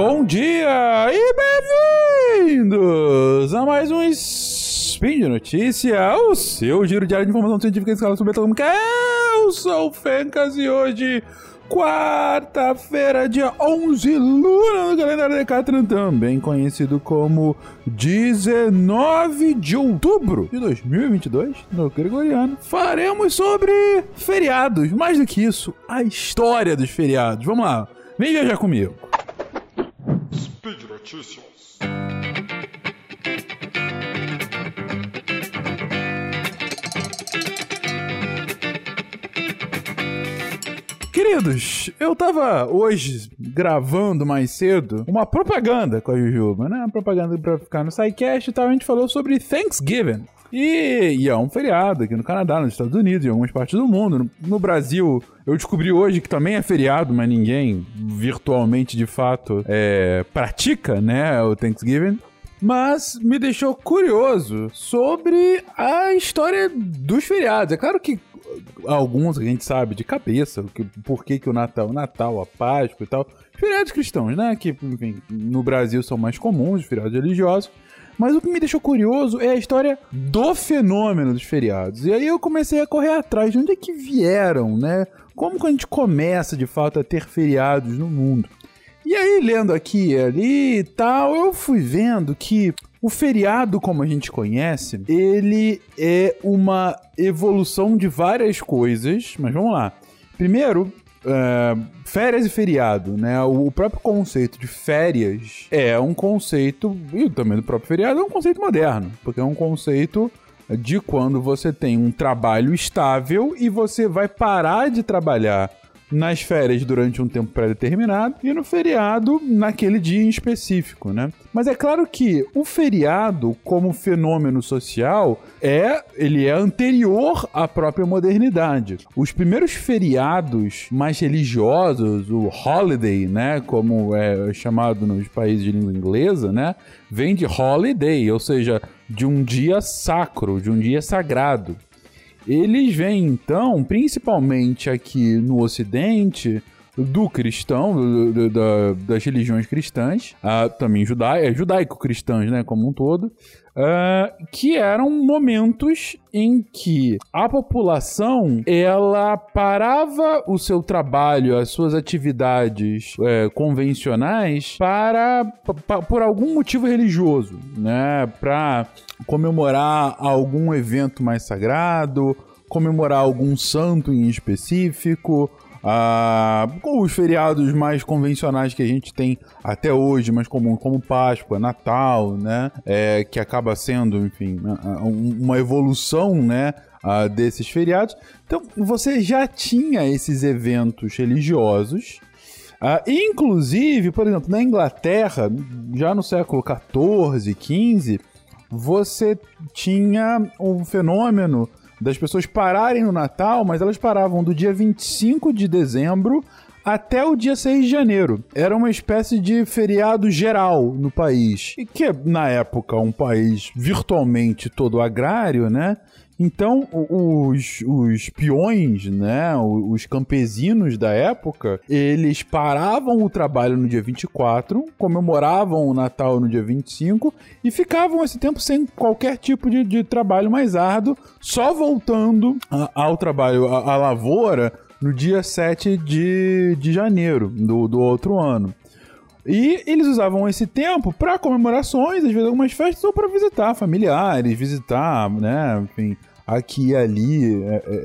Bom dia e bem-vindos a mais um Spin de Notícia, o seu giro diário de informação científica e escala subatômica. Eu sou o Fencas e hoje, quarta-feira, dia 11 Luna no calendário Decathlon, também conhecido como 19 de outubro de 2022, no gregoriano, faremos sobre feriados. Mais do que isso, a história dos feriados. Vamos lá, vem viajar comigo. Speed Notícias. Queridos, eu tava hoje gravando mais cedo uma propaganda com a Jujuba, né? Uma propaganda pra ficar no SciCast e tal. A gente falou sobre Thanksgiving. E é um feriado aqui no Canadá, nos Estados Unidos, em algumas partes do mundo. No Brasil, eu descobri hoje que também é feriado, mas ninguém virtualmente, de fato, pratica, né, o Thanksgiving. Mas me deixou curioso sobre a história dos feriados. É claro que alguns a gente sabe de cabeça, por que o Natal, a Páscoa e tal. Feriados cristãos, né, que, enfim, no Brasil são mais comuns, feriados religiosos. Mas o que me deixou curioso é a história do fenômeno dos feriados. E aí eu comecei a correr atrás de onde é que vieram, né? Como que a gente começa, de fato, a ter feriados no mundo? E aí, lendo aqui e ali e tal, eu fui vendo que o feriado, como a gente conhece, ele é uma evolução de várias coisas. Mas vamos lá. Primeiro, férias e feriado, né? O próprio conceito de férias é um conceito, e também do próprio feriado, é um conceito moderno, porque é um conceito de quando você tem um trabalho estável e você vai parar de trabalhar nas férias durante um tempo pré-determinado e no feriado naquele dia em específico, né? Mas é claro que o feriado, como fenômeno social, ele é anterior à própria modernidade. Os primeiros feriados mais religiosos, o holiday, né, como é chamado nos países de língua inglesa, né, vem de holiday, ou seja, de um dia sacro, de um dia sagrado. Eles vêm, então, principalmente aqui no Ocidente, do cristão, das religiões cristãs, também judaico-cristãs, né, como um todo, que eram momentos em que a população, ela parava o seu trabalho, as suas atividades convencionais por algum motivo religioso, né, para comemorar algum evento mais sagrado, comemorar algum santo em específico, com os feriados mais convencionais que a gente tem até hoje, mais comum, como Páscoa, Natal, né? Que acaba sendo, enfim, uma evolução, né, desses feriados. Então, você já tinha esses eventos religiosos. Inclusive, por exemplo, na Inglaterra, já no século XIV, XV, você tinha um fenômeno das pessoas pararem no Natal, mas elas paravam do dia 25 de dezembro até o dia 6 de janeiro. Era uma espécie de feriado geral no país. E que, na época, um país virtualmente todo agrário, né? Então, os peões, né, os campesinos da época, eles paravam o trabalho no dia 24, comemoravam o Natal no dia 25 e ficavam esse tempo sem qualquer tipo de trabalho mais árduo, só voltando ao trabalho, à lavoura, no dia 7 de janeiro do outro ano. E eles usavam esse tempo para comemorações, às vezes algumas festas, ou para visitar familiares, visitar, né, enfim, aqui e ali,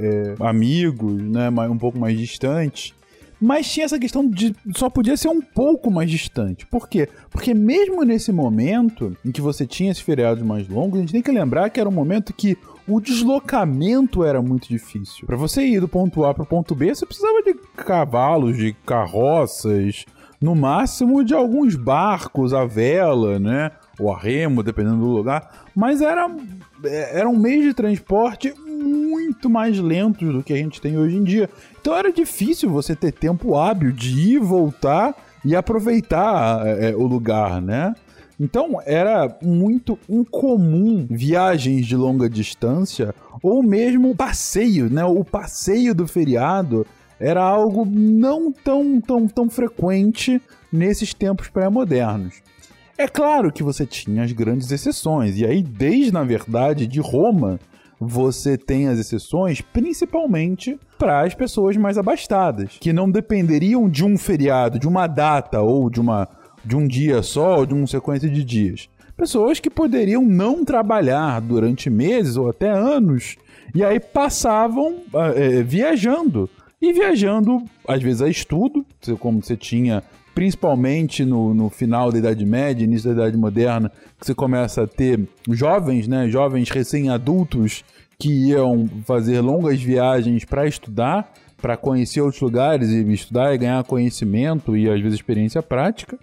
amigos, né, um pouco mais distantes. Mas tinha essa questão de só podia ser um pouco mais distante. Por quê? Porque mesmo nesse momento em que você tinha esses feriados mais longos, a gente tem que lembrar que era um momento que o deslocamento era muito difícil. Para você ir do ponto A para o ponto B, você precisava de cavalos, de carroças, no máximo de alguns barcos à vela, né? Ou a remo, dependendo do lugar. Mas era um meio de transporte muito mais lentos do que a gente tem hoje em dia. Então era difícil você ter tempo hábil de ir, voltar e aproveitar o lugar, né? Então era muito incomum viagens de longa distância ou mesmo passeio, né? O passeio do feriado era algo não tão frequente nesses tempos pré-modernos. É claro que você tinha as grandes exceções, e aí desde, na verdade, de Roma, você tem as exceções principalmente para as pessoas mais abastadas, que não dependeriam de um feriado, de uma data, ou de um dia só, ou de uma sequência de dias. Pessoas que poderiam não trabalhar durante meses ou até anos, e aí passavam viajando. E viajando, às vezes, a estudo, como você tinha principalmente no final da Idade Média, início da Idade Moderna, que você começa a ter jovens, né, jovens recém-adultos que iam fazer longas viagens para estudar, para conhecer outros lugares e estudar e ganhar conhecimento e, às vezes, experiência prática.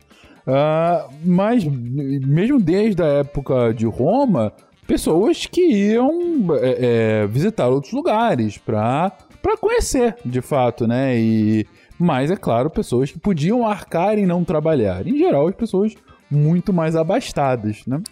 Mas, mesmo desde a época de Roma, pessoas que iam visitar outros lugares para conhecer, de fato, né? Mas, é claro, pessoas que podiam arcar em não trabalhar. Em geral, as pessoas muito mais abastadas, né?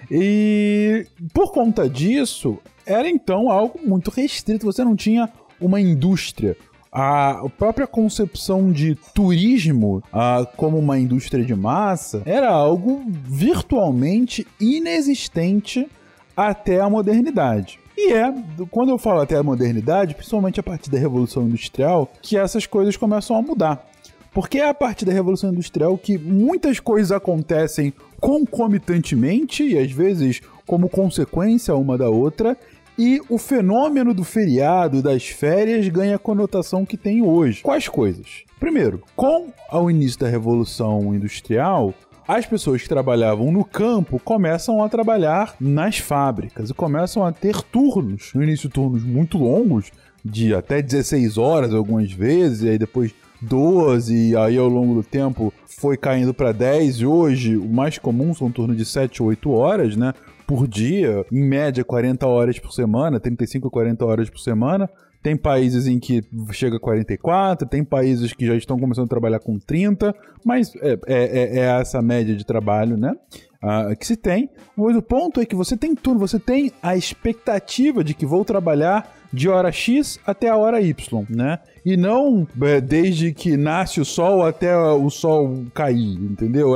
E, por conta disso, era, então, algo muito restrito. Você não tinha uma indústria. A própria concepção de turismo como uma indústria de massa era algo virtualmente inexistente até a modernidade. E quando eu falo até a modernidade, principalmente a partir da Revolução Industrial, que essas coisas começam a mudar. Porque é a partir da Revolução Industrial que muitas coisas acontecem concomitantemente e às vezes como consequência uma da outra, e o fenômeno do feriado e das férias ganha a conotação que tem hoje. Quais coisas? Primeiro, com o início da Revolução Industrial, as pessoas que trabalhavam no campo começam a trabalhar nas fábricas e começam a ter turnos. No início, turnos muito longos, de até 16 horas algumas vezes, e aí depois 12, e aí ao longo do tempo foi caindo para 10, e hoje o mais comum são turnos de 7 ou 8 horas, né, por dia, em média 40 horas por semana, 35 a 40 horas por semana. Tem países em que chega a 44, tem países que já estão começando a trabalhar com 30, mas é essa média de trabalho, né, que se tem. Mas o ponto é que você tem turno, você tem a expectativa de que vou trabalhar de hora X até a hora Y, né? E não desde que nasce o sol até o sol cair, entendeu?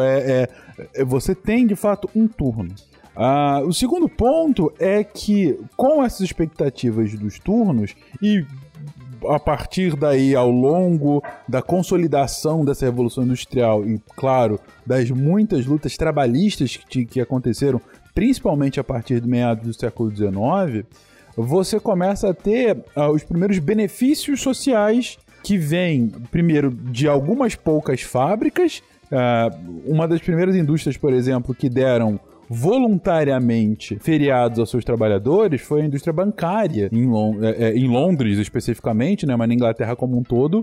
Você tem, de fato, um turno. O segundo ponto é que, com essas expectativas dos turnos, e a partir daí, ao longo da consolidação dessa Revolução Industrial e, claro, das muitas lutas trabalhistas que aconteceram, principalmente a partir de meados do século XIX, você começa a ter os primeiros benefícios sociais que vêm, primeiro, de algumas poucas fábricas. Uma das primeiras indústrias, por exemplo, que deram voluntariamente feriados aos seus trabalhadores foi a indústria bancária, em Londres especificamente, né, mas na Inglaterra como um todo,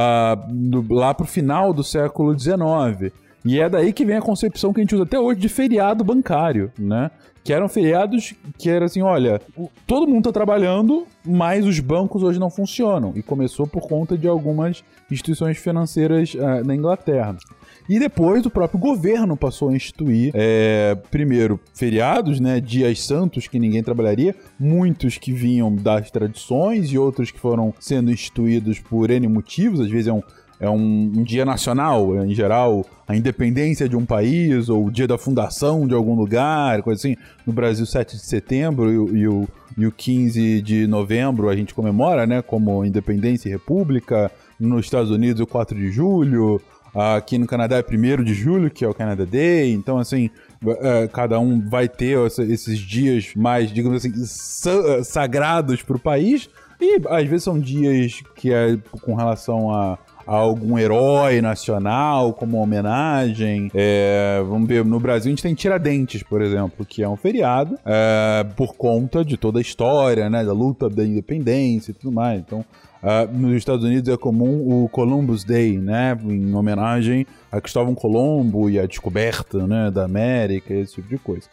lá pro final do século XIX. E é daí que vem a concepção que a gente usa até hoje de feriado bancário, né? Que eram feriados que era assim, olha, todo mundo tá trabalhando, mas os bancos hoje não funcionam. E começou por conta de algumas instituições financeiras na Inglaterra. E depois o próprio governo passou a instituir, primeiro, feriados, né, dias santos que ninguém trabalharia, muitos que vinham das tradições e outros que foram sendo instituídos por N motivos, às vezes é um dia nacional, em geral, a independência de um país, ou o dia da fundação de algum lugar, coisa assim. No Brasil, 7 de setembro e o 15 de novembro a gente comemora, né, como independência e república. Nos Estados Unidos, o 4 de julho. Aqui no Canadá é 1º de julho, que é o Canada Day. Então, assim, cada um vai ter esses dias mais, digamos assim, sagrados para o país. E, às vezes, são dias que é com relação a algum herói nacional, como uma homenagem. Vamos ver, no Brasil a gente tem Tiradentes, por exemplo, que é um feriado por conta de toda a história, né, da luta da independência e tudo mais. Então, nos Estados Unidos é comum o Columbus Day, né, em homenagem a Cristóvão Colombo e a descoberta, né, da América, esse tipo de coisa.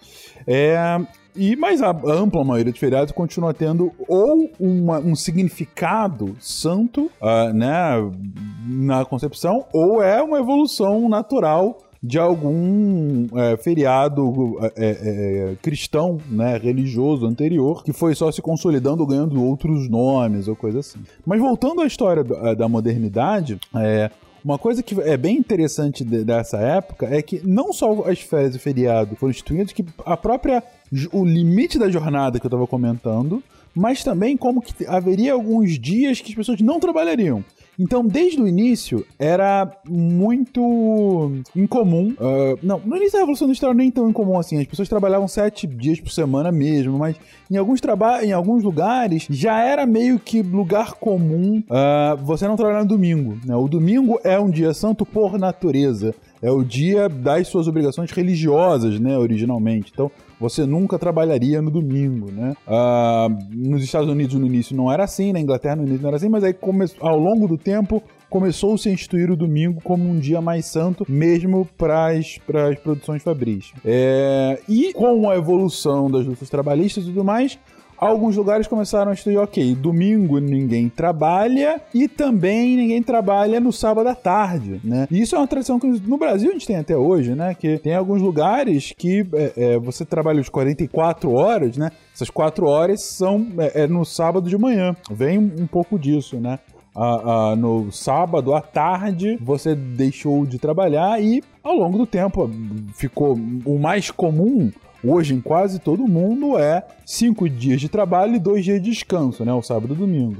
Mas a ampla maioria de feriados continua tendo ou um significado santo, né, na concepção, ou é uma evolução natural de algum feriado cristão, né, religioso anterior, que foi só se consolidando, ganhando outros nomes ou coisa assim. Mas voltando à história da modernidade, Uma coisa que é bem interessante dessa época é que não só as férias e feriado foram instituídos, que o limite da jornada que eu estava comentando, mas também como que haveria alguns dias que as pessoas não trabalhariam. Então, desde o início, era muito incomum. No início da Revolução Industrial nem tão incomum assim. As pessoas trabalhavam 7 dias por semana mesmo, mas em alguns lugares já era meio que lugar comum você não trabalhar no domingo, né? O domingo é um dia santo por natureza. É o dia das suas obrigações religiosas, né, originalmente. Então, você nunca trabalharia no domingo, né? Nos Estados Unidos no início não era assim, na Inglaterra no início não era assim, mas aí ao longo do tempo começou-se a instituir o domingo como um dia mais santo, mesmo para as produções fabris. E com a evolução das lutas trabalhistas e tudo mais, alguns lugares começaram a instituir, domingo ninguém trabalha e também ninguém trabalha no sábado à tarde, né? E isso é uma tradição que no Brasil a gente tem até hoje, né? Que tem alguns lugares que você trabalha os 44 horas, né? Essas 4 horas são no sábado de manhã. Vem um pouco disso, né? No sábado à tarde você deixou de trabalhar e ao longo do tempo ficou o mais comum. Hoje, em quase todo mundo, 5 dias de trabalho e 2 dias de descanso, né? O sábado e o domingo.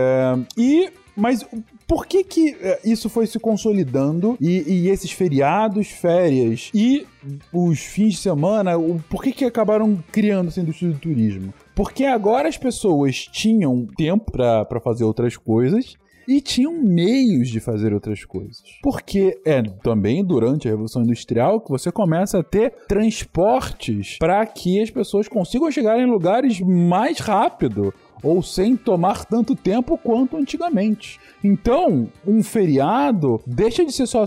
Mas por que isso foi se consolidando e esses feriados, férias e os fins de semana, por que acabaram criando essa indústria do turismo? Porque agora as pessoas tinham tempo para fazer outras coisas e tinham meios de fazer outras coisas. Porque também durante a Revolução Industrial que você começa a ter transportes para que as pessoas consigam chegar em lugares mais rápido ou sem tomar tanto tempo quanto antigamente. Então, um feriado deixa de ser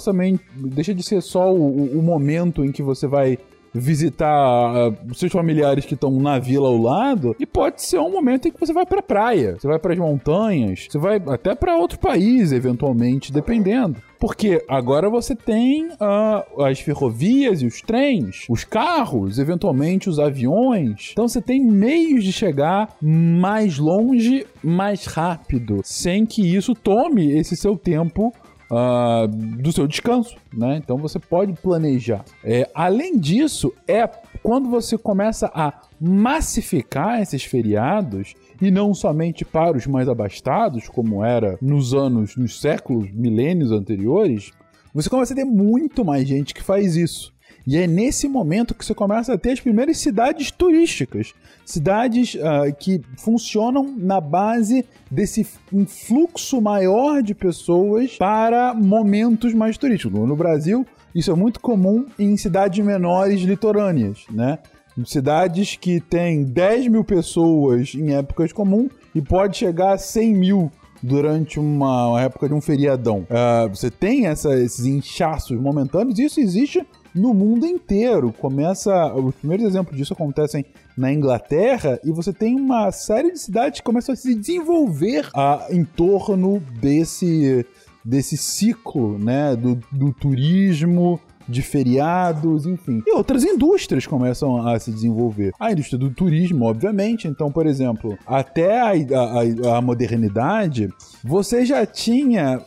só o momento em que você vai visitar os seus familiares que estão na vila ao lado, e pode ser um momento em que você vai pra praia, você vai pras montanhas, você vai até pra outro país, eventualmente, dependendo. Porque agora você tem as ferrovias e os trens, os carros, eventualmente os aviões. Então você tem meios de chegar mais longe, mais rápido, sem que isso tome esse seu tempo do seu descanso, né? Então você pode planejar. Além disso, quando você começa a massificar esses feriados, e não somente para os mais abastados, como era nos séculos, milênios anteriores, você começa a ter muito mais gente que faz isso. E é nesse momento que você começa a ter as primeiras cidades turísticas. Cidades que funcionam na base desse influxo maior de pessoas para momentos mais turísticos. No Brasil, isso é muito comum em cidades menores litorâneas, né? Cidades que têm 10 mil pessoas em épocas comuns e pode chegar a 100 mil durante uma época de um feriadão. Você tem esses inchaços momentâneos e isso existe no mundo inteiro. Os primeiros exemplos disso acontecem na Inglaterra e você tem uma série de cidades que começam a se desenvolver em torno desse ciclo, né, do turismo, de feriados, enfim. E outras indústrias começam a se desenvolver. A indústria do turismo, obviamente. Então, por exemplo, até a modernidade, você já tinha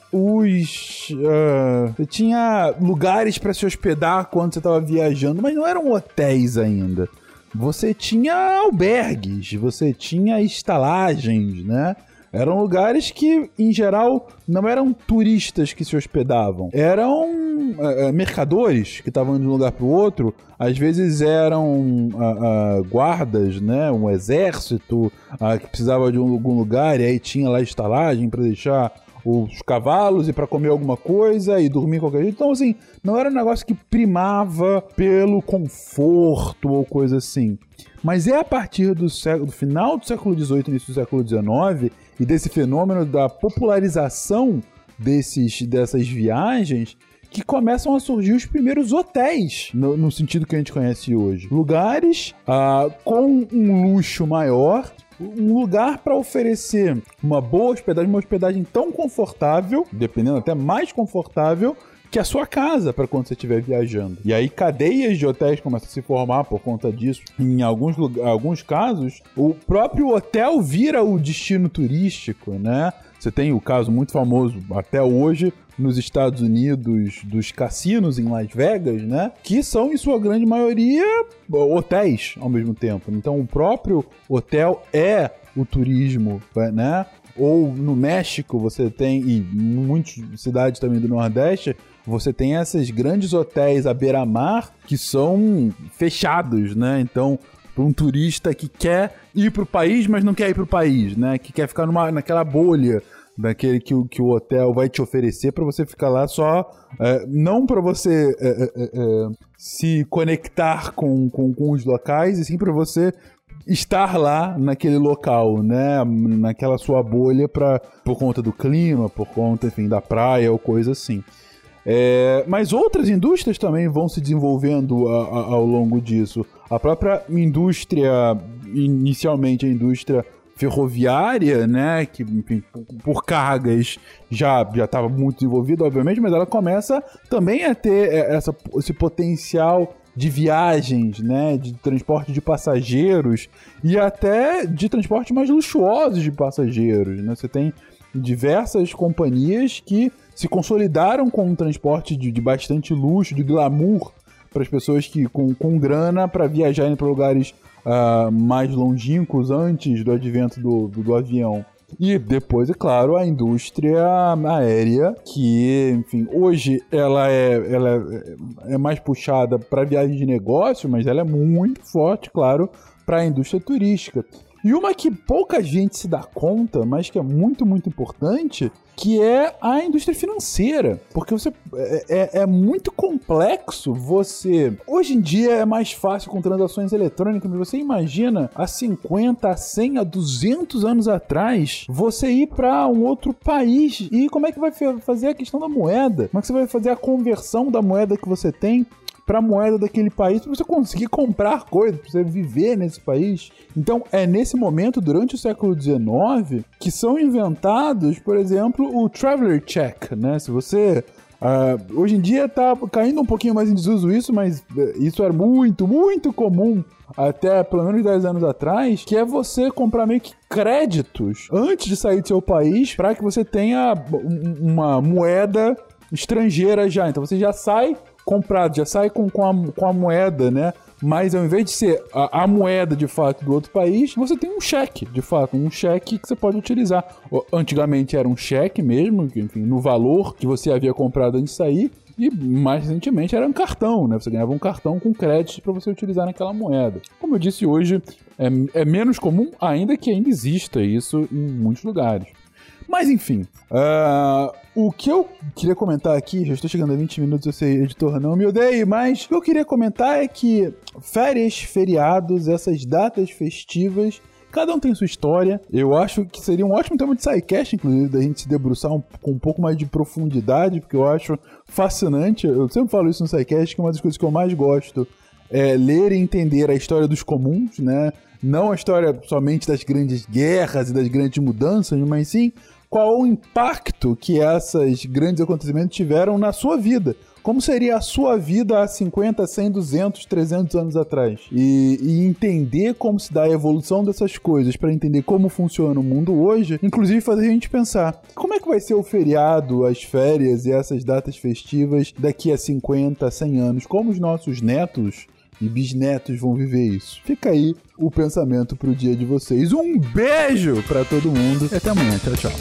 você tinha lugares para se hospedar quando você estava viajando, mas não eram hotéis ainda. Você tinha albergues, você tinha estalagens, né? Eram lugares que, em geral, não eram turistas que se hospedavam. Eram mercadores que estavam de um lugar para o outro. Às vezes eram guardas, né? Um exército que precisava de algum lugar e aí tinha lá estalagem para deixar os cavalos e para comer alguma coisa e dormir qualquer jeito. Então, assim, não era um negócio que primava pelo conforto ou coisa assim. Mas é a partir do final do século XVIII, início do século XIX, e desse fenômeno da popularização dessas viagens, que começam a surgir os primeiros hotéis, no sentido que a gente conhece hoje. Lugares com um luxo maior, um lugar para oferecer uma boa hospedagem, uma hospedagem tão confortável, dependendo até mais confortável, que a sua casa para quando você estiver viajando. E aí cadeias de hotéis começam a se formar por conta disso. Em alguns casos, o próprio hotel vira o destino turístico, né? Você tem o caso muito famoso até hoje nos Estados Unidos dos cassinos em Las Vegas, né? Que são, em sua grande maioria, hotéis ao mesmo tempo. Então, o próprio hotel é o turismo, né? Ou no México você tem, e em muitas cidades também do Nordeste, você tem esses grandes hotéis à beira-mar que são fechados, né? Então, para um turista que quer ir para o país, mas não quer ir para o país, né? Que quer ficar naquela bolha daquele que o hotel vai te oferecer para você ficar lá só... não para você se conectar com os locais, e sim para você estar lá naquele local, né? Naquela sua bolha por conta do clima, por conta, enfim, da praia ou coisa assim. Mas outras indústrias também vão se desenvolvendo ao longo disso. A própria indústria, inicialmente a indústria ferroviária, né, que, enfim, por cargas já estava muito desenvolvida, obviamente, mas ela começa também a ter esse potencial de viagens, né, de transporte de passageiros e até de transporte mais luxuosos de passageiros, né? Você tem diversas companhias que se consolidaram com um transporte de bastante luxo, de glamour, para as pessoas que com grana para viajarem para lugares mais longínquos antes do advento do avião. E depois, é claro, a indústria aérea, que, enfim, hoje ela é mais puxada para viagem de negócio, mas ela é muito forte, claro, para a indústria turística. E uma que pouca gente se dá conta, mas que é muito, muito importante, que é a indústria financeira. Porque é muito complexo você... Hoje em dia é mais fácil com transações eletrônicas, mas você imagina há 50, a 100, a 200 anos atrás, você ir para um outro país e como é que vai fazer a questão da moeda? Como é que você vai fazer a conversão da moeda que você tem para a moeda daquele país, para você conseguir comprar coisas, para você viver nesse país. Então, é nesse momento, durante o século XIX, que são inventados, por exemplo, o Traveler Check, né? Se você... hoje em dia está caindo um pouquinho mais em desuso isso, mas isso era muito, muito comum até pelo menos 10 anos atrás, que é você comprar meio que créditos antes de sair do seu país para que você tenha uma moeda estrangeira já. Então, você já sai comprado, já sai com a moeda, né? Mas ao invés de ser a moeda de fato do outro país, você tem um cheque, de fato, um cheque que você pode utilizar. Antigamente era um cheque mesmo, enfim, no valor que você havia comprado antes de sair, e mais recentemente era um cartão, né? Você ganhava um cartão com créditos para você utilizar naquela moeda. Como eu disse, hoje é menos comum, ainda que ainda exista isso em muitos lugares. Mas enfim, o que eu queria comentar aqui, já estou chegando a 20 minutos, eu sei, editor, não me odeie, mas o que eu queria comentar é que férias, feriados, essas datas festivas, cada um tem sua história. Eu acho que seria um ótimo tema de SciCast, inclusive, da gente se debruçar com um pouco mais de profundidade, porque eu acho fascinante. Eu sempre falo isso no SciCast, que uma das coisas que eu mais gosto é ler e entender a história dos comuns, né? Não a história somente das grandes guerras e das grandes mudanças, mas sim qual o impacto que esses grandes acontecimentos tiveram na sua vida. Como seria a sua vida há 50, 100, 200, 300 anos atrás? E entender como se dá a evolução dessas coisas para entender como funciona o mundo hoje, inclusive fazer a gente pensar como é que vai ser o feriado, as férias e essas datas festivas daqui a 50, 100 anos? Como os nossos netos e bisnetos vão viver isso? Fica aí o pensamento pro dia de vocês. Um beijo pra todo mundo e até amanhã. Tchau, tchau.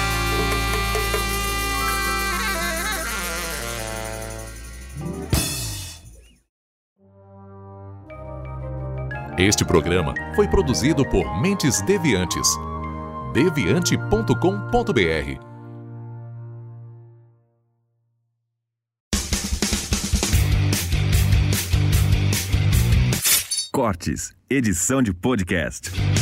Este programa foi produzido por Mentes Deviantes. deviante.com.br. Cortes, edição de podcast.